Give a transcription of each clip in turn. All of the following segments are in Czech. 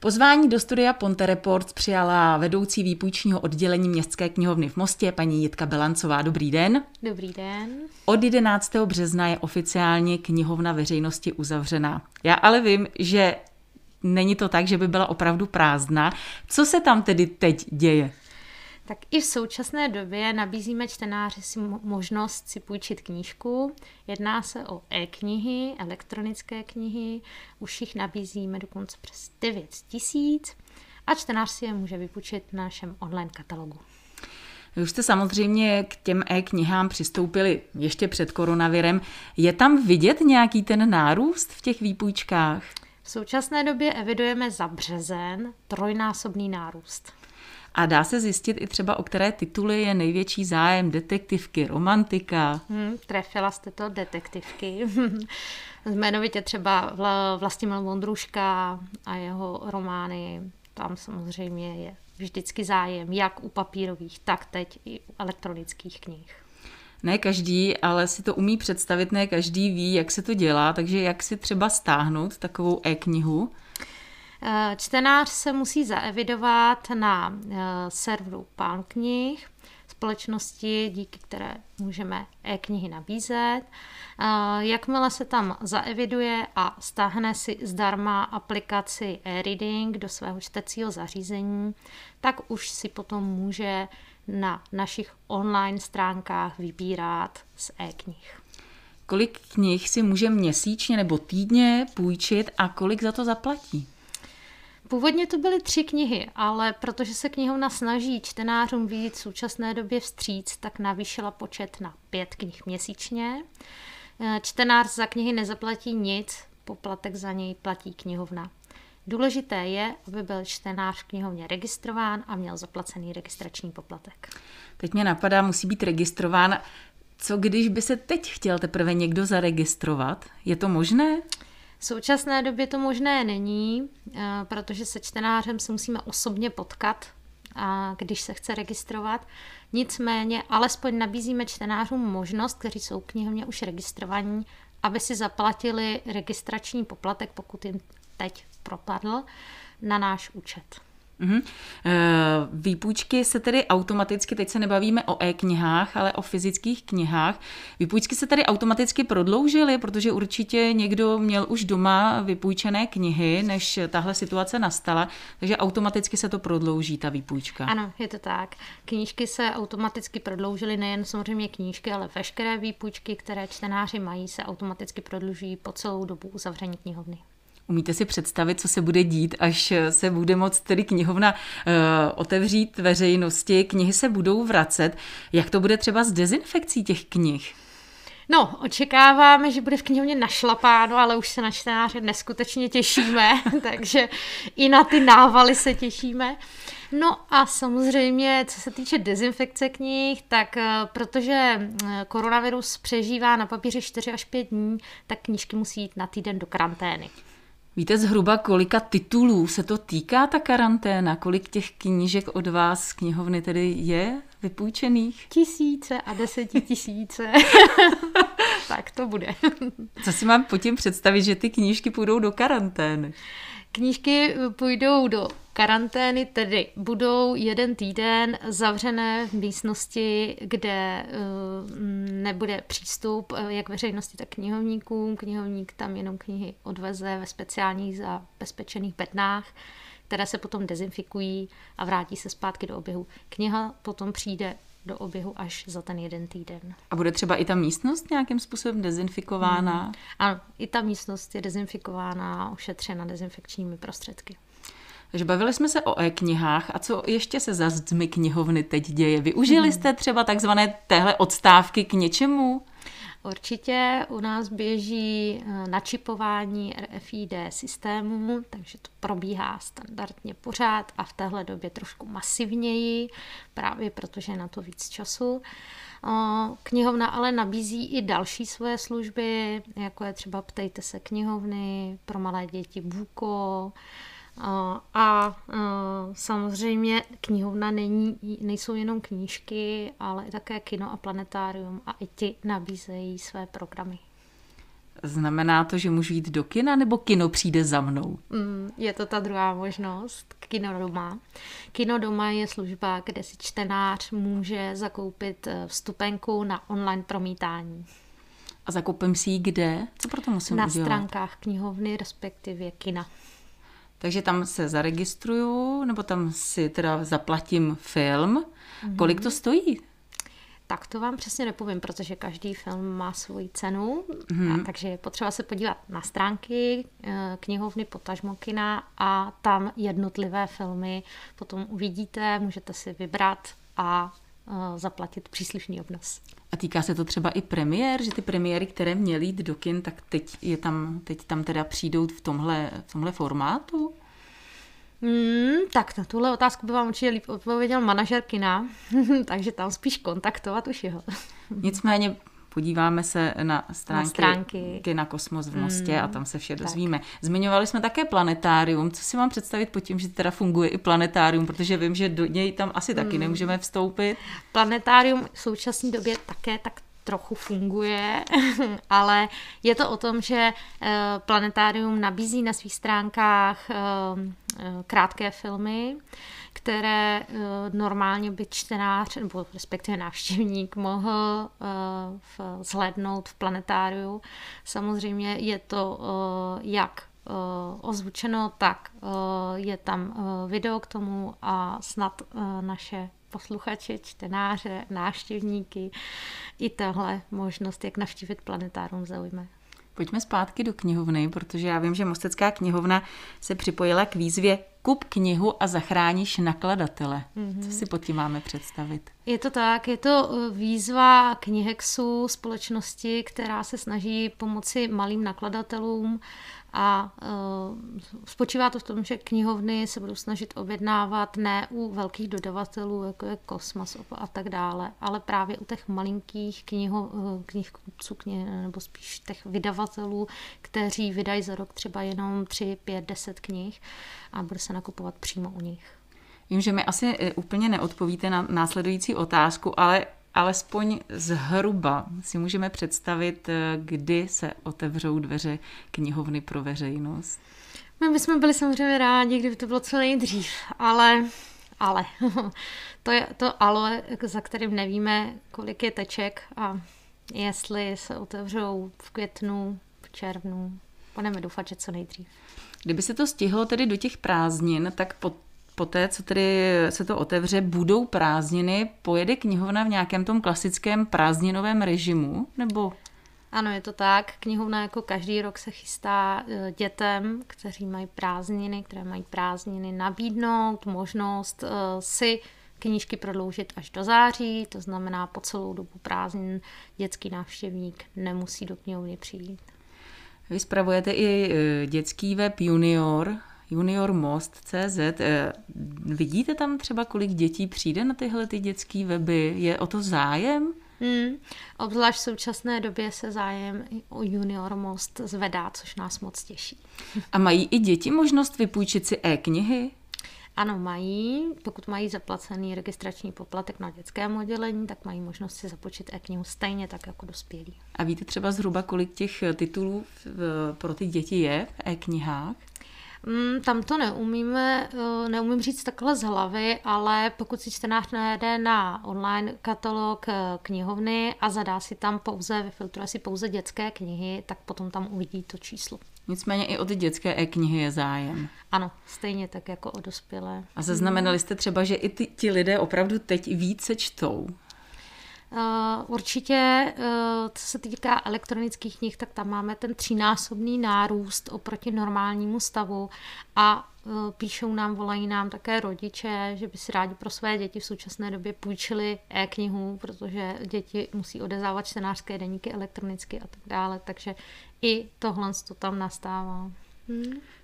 Pozvání do studia Ponte Reports přijala vedoucí výpůjčního oddělení Městské knihovny v Mostě, paní Jitka Belancová. Dobrý den. Dobrý den. Od 11. března je oficiálně knihovna veřejnosti uzavřená. Já ale vím, že není to tak, že by byla opravdu prázdná. Co se tam tedy teď děje? Tak i v současné době nabízíme čtenáři si možnost si půjčit knížku. Jedná se o e-knihy, elektronické knihy, už jich nabízíme dokonce přes 9 000 a čtenář si je může vypůjčit na našem online katalogu. Vy už jste samozřejmě k těm e-knihám přistoupili ještě před koronavirem. Je tam vidět nějaký ten nárůst v těch výpůjčkách? V současné době evidujeme za březen 3násobný nárůst. A dá se zjistit i třeba, o které tituly je největší zájem? Detektivky, romantika? Trefila jste to, detektivky. Jmenovitě třeba Vlastimil Vondruška a jeho romány. Tam samozřejmě je vždycky zájem, jak u papírových, tak teď i u elektronických knih. Ne každý, ale si to umí představit, ne každý ví, jak se to dělá, takže jak si třeba stáhnout takovou e-knihu? Čtenář se musí zaevidovat na serveru Pán knih, společnosti, díky které můžeme e-knihy nabízet. Jakmile se tam zaeviduje a stáhne si zdarma aplikaci e-reading do svého čtecího zařízení, tak už si potom může na našich online stránkách vybírat z e-knih. Kolik knih si může měsíčně nebo týdně půjčit a kolik za to zaplatí? Původně to byly 3 knihy, ale protože se knihovna snaží čtenářům vyjít v současné době vstříc, tak navýšila počet na 5 knih měsíčně. Čtenář za knihy nezaplatí nic, poplatek za něj platí knihovna. Důležité je, aby byl čtenář v knihovně registrován a měl zaplacený registrační poplatek. Teď mě napadá, musí být registrován. Co když by se teď chtěl teprve někdo zaregistrovat? Je to možné? V současné době to možné není, protože se čtenářem se musíme osobně potkat, když se chce registrovat. Nicméně alespoň nabízíme čtenářům možnost, kteří jsou v knihovně už registrovaní, aby si zaplatili registrační poplatek, pokud jim teď propadl, na náš účet. Výpůjčky se tedy automaticky, teď se nebavíme o e-knihách, ale o fyzických knihách, výpůjčky se tedy automaticky prodloužily, protože určitě někdo měl už doma vypůjčené knihy, než tahle situace nastala, takže automaticky se to prodlouží, ta výpůjčka. Ano, je to tak. Knížky se automaticky prodloužily, nejen samozřejmě knížky, ale veškeré výpůjčky, které čtenáři mají, se automaticky prodlužují po celou dobu uzavření knihovny. Umíte si představit, co se bude dít, až se bude moct tedy knihovna otevřít veřejnosti, knihy se budou vracet. Jak to bude třeba s dezinfekcí těch knih? No, očekáváme, že bude v knihovně našlapáno, ale už se na čtenáře neskutečně těšíme, takže i na ty návaly se těšíme. No a samozřejmě, co se týče dezinfekce knih, tak protože koronavirus přežívá na papíře 4 až 5 dní, tak knížky musí jít na týden do karantény. Víte zhruba, kolika titulů se to týká, ta karanténa? Kolik těch knížek od vás z knihovny tedy je vypůjčených? 1000 a 10 000. Tak to bude. Co si mám pod tím představit, že ty knížky půjdou do karantény? Knížky půjdou do karantény, tedy budou 1 týden zavřené v místnosti, kde nebude přístup jak veřejnosti, tak knihovníkům. Knihovník tam jenom knihy odveze ve speciálních zabezpečených bednách, které se potom dezinfikují a vrátí se zpátky do oběhu. Kniha potom přijde do oběhu až za ten 1 týden. A bude třeba i ta místnost nějakým způsobem dezinfikována? Ano, i ta místnost je dezinfikována, ošetřena dezinfekčními prostředky. Takže bavili jsme se o e-knihách a co ještě se za zdmi knihovny teď děje? Využili jste třeba takzvané téhle odstávky k něčemu? Určitě u nás běží načipování RFID systému, takže to probíhá standardně pořád a v téhle době trošku masivněji, právě protože je na to víc času. Knihovna ale nabízí i další svoje služby, jako je třeba Ptejte se knihovny, pro malé děti Buko, a samozřejmě knihovna nejsou jenom knížky, ale i také kino a planetárium a i ti nabízejí své programy. Znamená to, že můžu jít do kina, nebo kino přijde za mnou? Je to ta druhá možnost, kino doma. Kino doma je služba, kde si čtenář může zakoupit vstupenku na online promítání. A zakoupím si ji kde? Co pro to musím udělat? Na stránkách knihovny, respektive kina. Takže tam se zaregistruju, nebo tam si teda zaplatím film. Kolik to stojí? Tak to vám přesně nepovím, protože každý film má svoji cenu, a takže je potřeba se podívat na stránky knihovny, potažmo kina a tam jednotlivé filmy potom uvidíte, můžete si vybrat a zaplatit příslušný obnos. A týká se to třeba i premiér, že ty premiéry, které měly jít do kin, tak teď tam teda přijdou v tomhle formátu? Tak na tuhle otázku by vám určitě líp odpověděl manažer kina, takže tam spíš kontaktovat už jeho. Nicméně podíváme se na stránky Kina Kosmos v Mostě a tam se vše dozvíme. Zmiňovali jsme také planetárium. Co si mám představit pod tím, že teda funguje i planetárium, protože vím, že do něj tam asi taky nemůžeme vstoupit. Planetárium v současné době také tak trochu funguje, ale je to o tom, že planetárium nabízí na svých stránkách krátké filmy, které normálně by čtenář nebo respektive návštěvník mohl zhlédnout v planetáriu. Samozřejmě je to jak ozvučeno, tak je tam video k tomu a snad naše posluchače, čtenáře, návštěvníky i tahle možnost, jak navštívit planetárium, zaujme. Pojďme zpátky do knihovny, protože já vím, že Mostecká knihovna se připojila k výzvě Kup knihu a zachráníš nakladatele. Co si pod tím máme představit? Je to tak, je to výzva Knihexu, společnosti, která se snaží pomoci malým nakladatelům a spočívá to v tom, že knihovny se budou snažit objednávat ne u velkých dodavatelů, jako je Kosmas a tak dále, ale právě u těch malinkých knihkupců, nebo spíš těch vydavatelů, kteří vydají za rok třeba jenom 3, 5, 10 knih a bude se nakupovat přímo u nich. Vím, že mi asi úplně neodpovíte na následující otázku, ale alespoň zhruba si můžeme představit, kdy se otevřou dveře knihovny pro veřejnost. My bychom byli samozřejmě rádi, kdyby to bylo co nejdřív, ale to je to ale, za kterým nevíme, kolik je teček a jestli se otevřou v květnu, v červnu. Budeme doufat, že co nejdřív. Kdyby se to stihlo tedy do těch prázdnin, tak poté, co tedy se to otevře, budou prázdniny, pojede knihovna v nějakém tom klasickém prázdninovém režimu, nebo? Ano, je to tak. Knihovna jako každý rok se chystá dětem, které mají prázdniny, nabídnout možnost si knížky prodloužit až do září, to znamená po celou dobu prázdnin dětský návštěvník nemusí do knihovny přijít. Vy spravujete i dětský web juniormost.cz. Vidíte tam třeba, kolik dětí přijde na tyhle ty dětský weby? Je o to zájem? Obzvlášť v současné době se zájem o Junior Most zvedá, což nás moc těší. A mají i děti možnost vypůjčit si e-knihy? Ano, mají. Pokud mají zaplacený registrační poplatek na dětském oddělení, tak mají možnost si započít e-knihu stejně tak jako dospělí. A víte třeba zhruba, kolik těch titulů pro ty děti je v e-knihách? Tam to neumím říct takhle z hlavy, ale pokud si čtenář najede na online katalog knihovny a zadá si tam vyfiltruje si pouze dětské knihy, tak potom tam uvidí to číslo. Nicméně i o ty dětské e-knihy je zájem. Ano, stejně tak jako o dospělé. A zaznamenali jste třeba, že i ti lidé opravdu teď více čtou? Určitě, co se týká elektronických knih, tak tam máme ten 3násobný nárůst oproti normálnímu stavu a volají nám také rodiče, že by si rádi pro své děti v současné době půjčili e-knihu, protože děti musí odevzdávat čtenářské deníky elektronicky a tak dále, takže i tohle to tam nastává.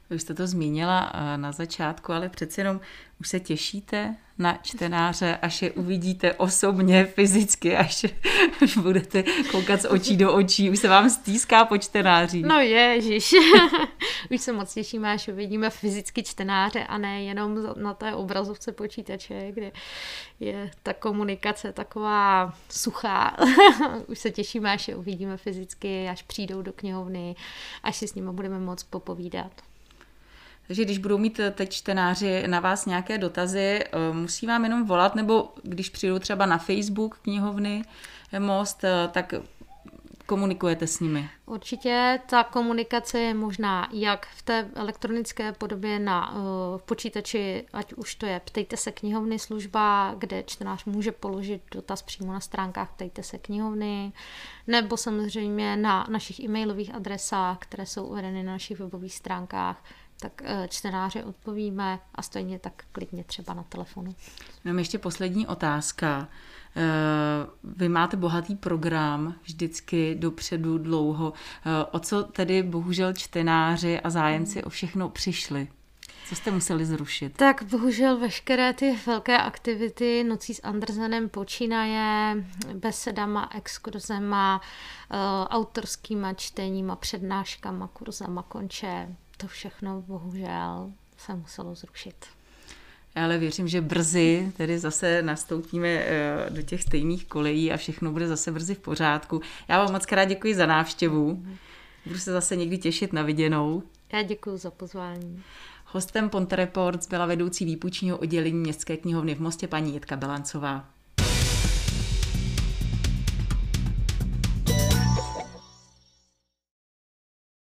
Vy jste to zmínila na začátku, ale přece jenom už se těšíte na čtenáře, až je uvidíte osobně, fyzicky, až budete koukat z očí do očí, už se vám stýská po čtenáři. No ježiš, už se moc těšíme, až uvidíme fyzicky čtenáře a ne jenom na té obrazovce počítače, kde je ta komunikace taková suchá. Už se těšíme, až je uvidíme fyzicky, až přijdou do knihovny, až si s nimi budeme moct popovídat. Takže když budou mít teď čtenáři na vás nějaké dotazy, musí vám jenom volat, nebo když přijdou třeba na Facebook knihovny Most, tak komunikujete s nimi? Určitě ta komunikace je možná jak v té elektronické podobě v počítači, ať už to je Ptejte se knihovny služba, kde čtenář může položit dotaz přímo na stránkách Ptejte se knihovny, nebo samozřejmě na našich e-mailových adresách, které jsou uvedeny na našich webových stránkách, tak čtenáře odpovíme a stejně tak klidně třeba na telefonu. Mám ještě poslední otázka. Vy máte bohatý program vždycky dopředu dlouho. O co tedy bohužel čtenáři a zájemci o všechno přišli? Co jste museli zrušit? Tak bohužel veškeré ty velké aktivity Nocí s Andersenem počínaje besedama, exkurzema, autorskýma čteníma, přednáškama, kurzama, konče. To všechno bohužel se muselo zrušit. Ale věřím, že brzy tedy zase nastoupíme do těch stejných kolejí a všechno bude zase brzy v pořádku. Já vám moc krát děkuji za návštěvu. Budu se zase někdy těšit na viděnou. Já děkuji za pozvání. Hostem Ponte Reports byla vedoucí výpůjčního oddělení Městské knihovny v Mostě paní Jitka Belancová.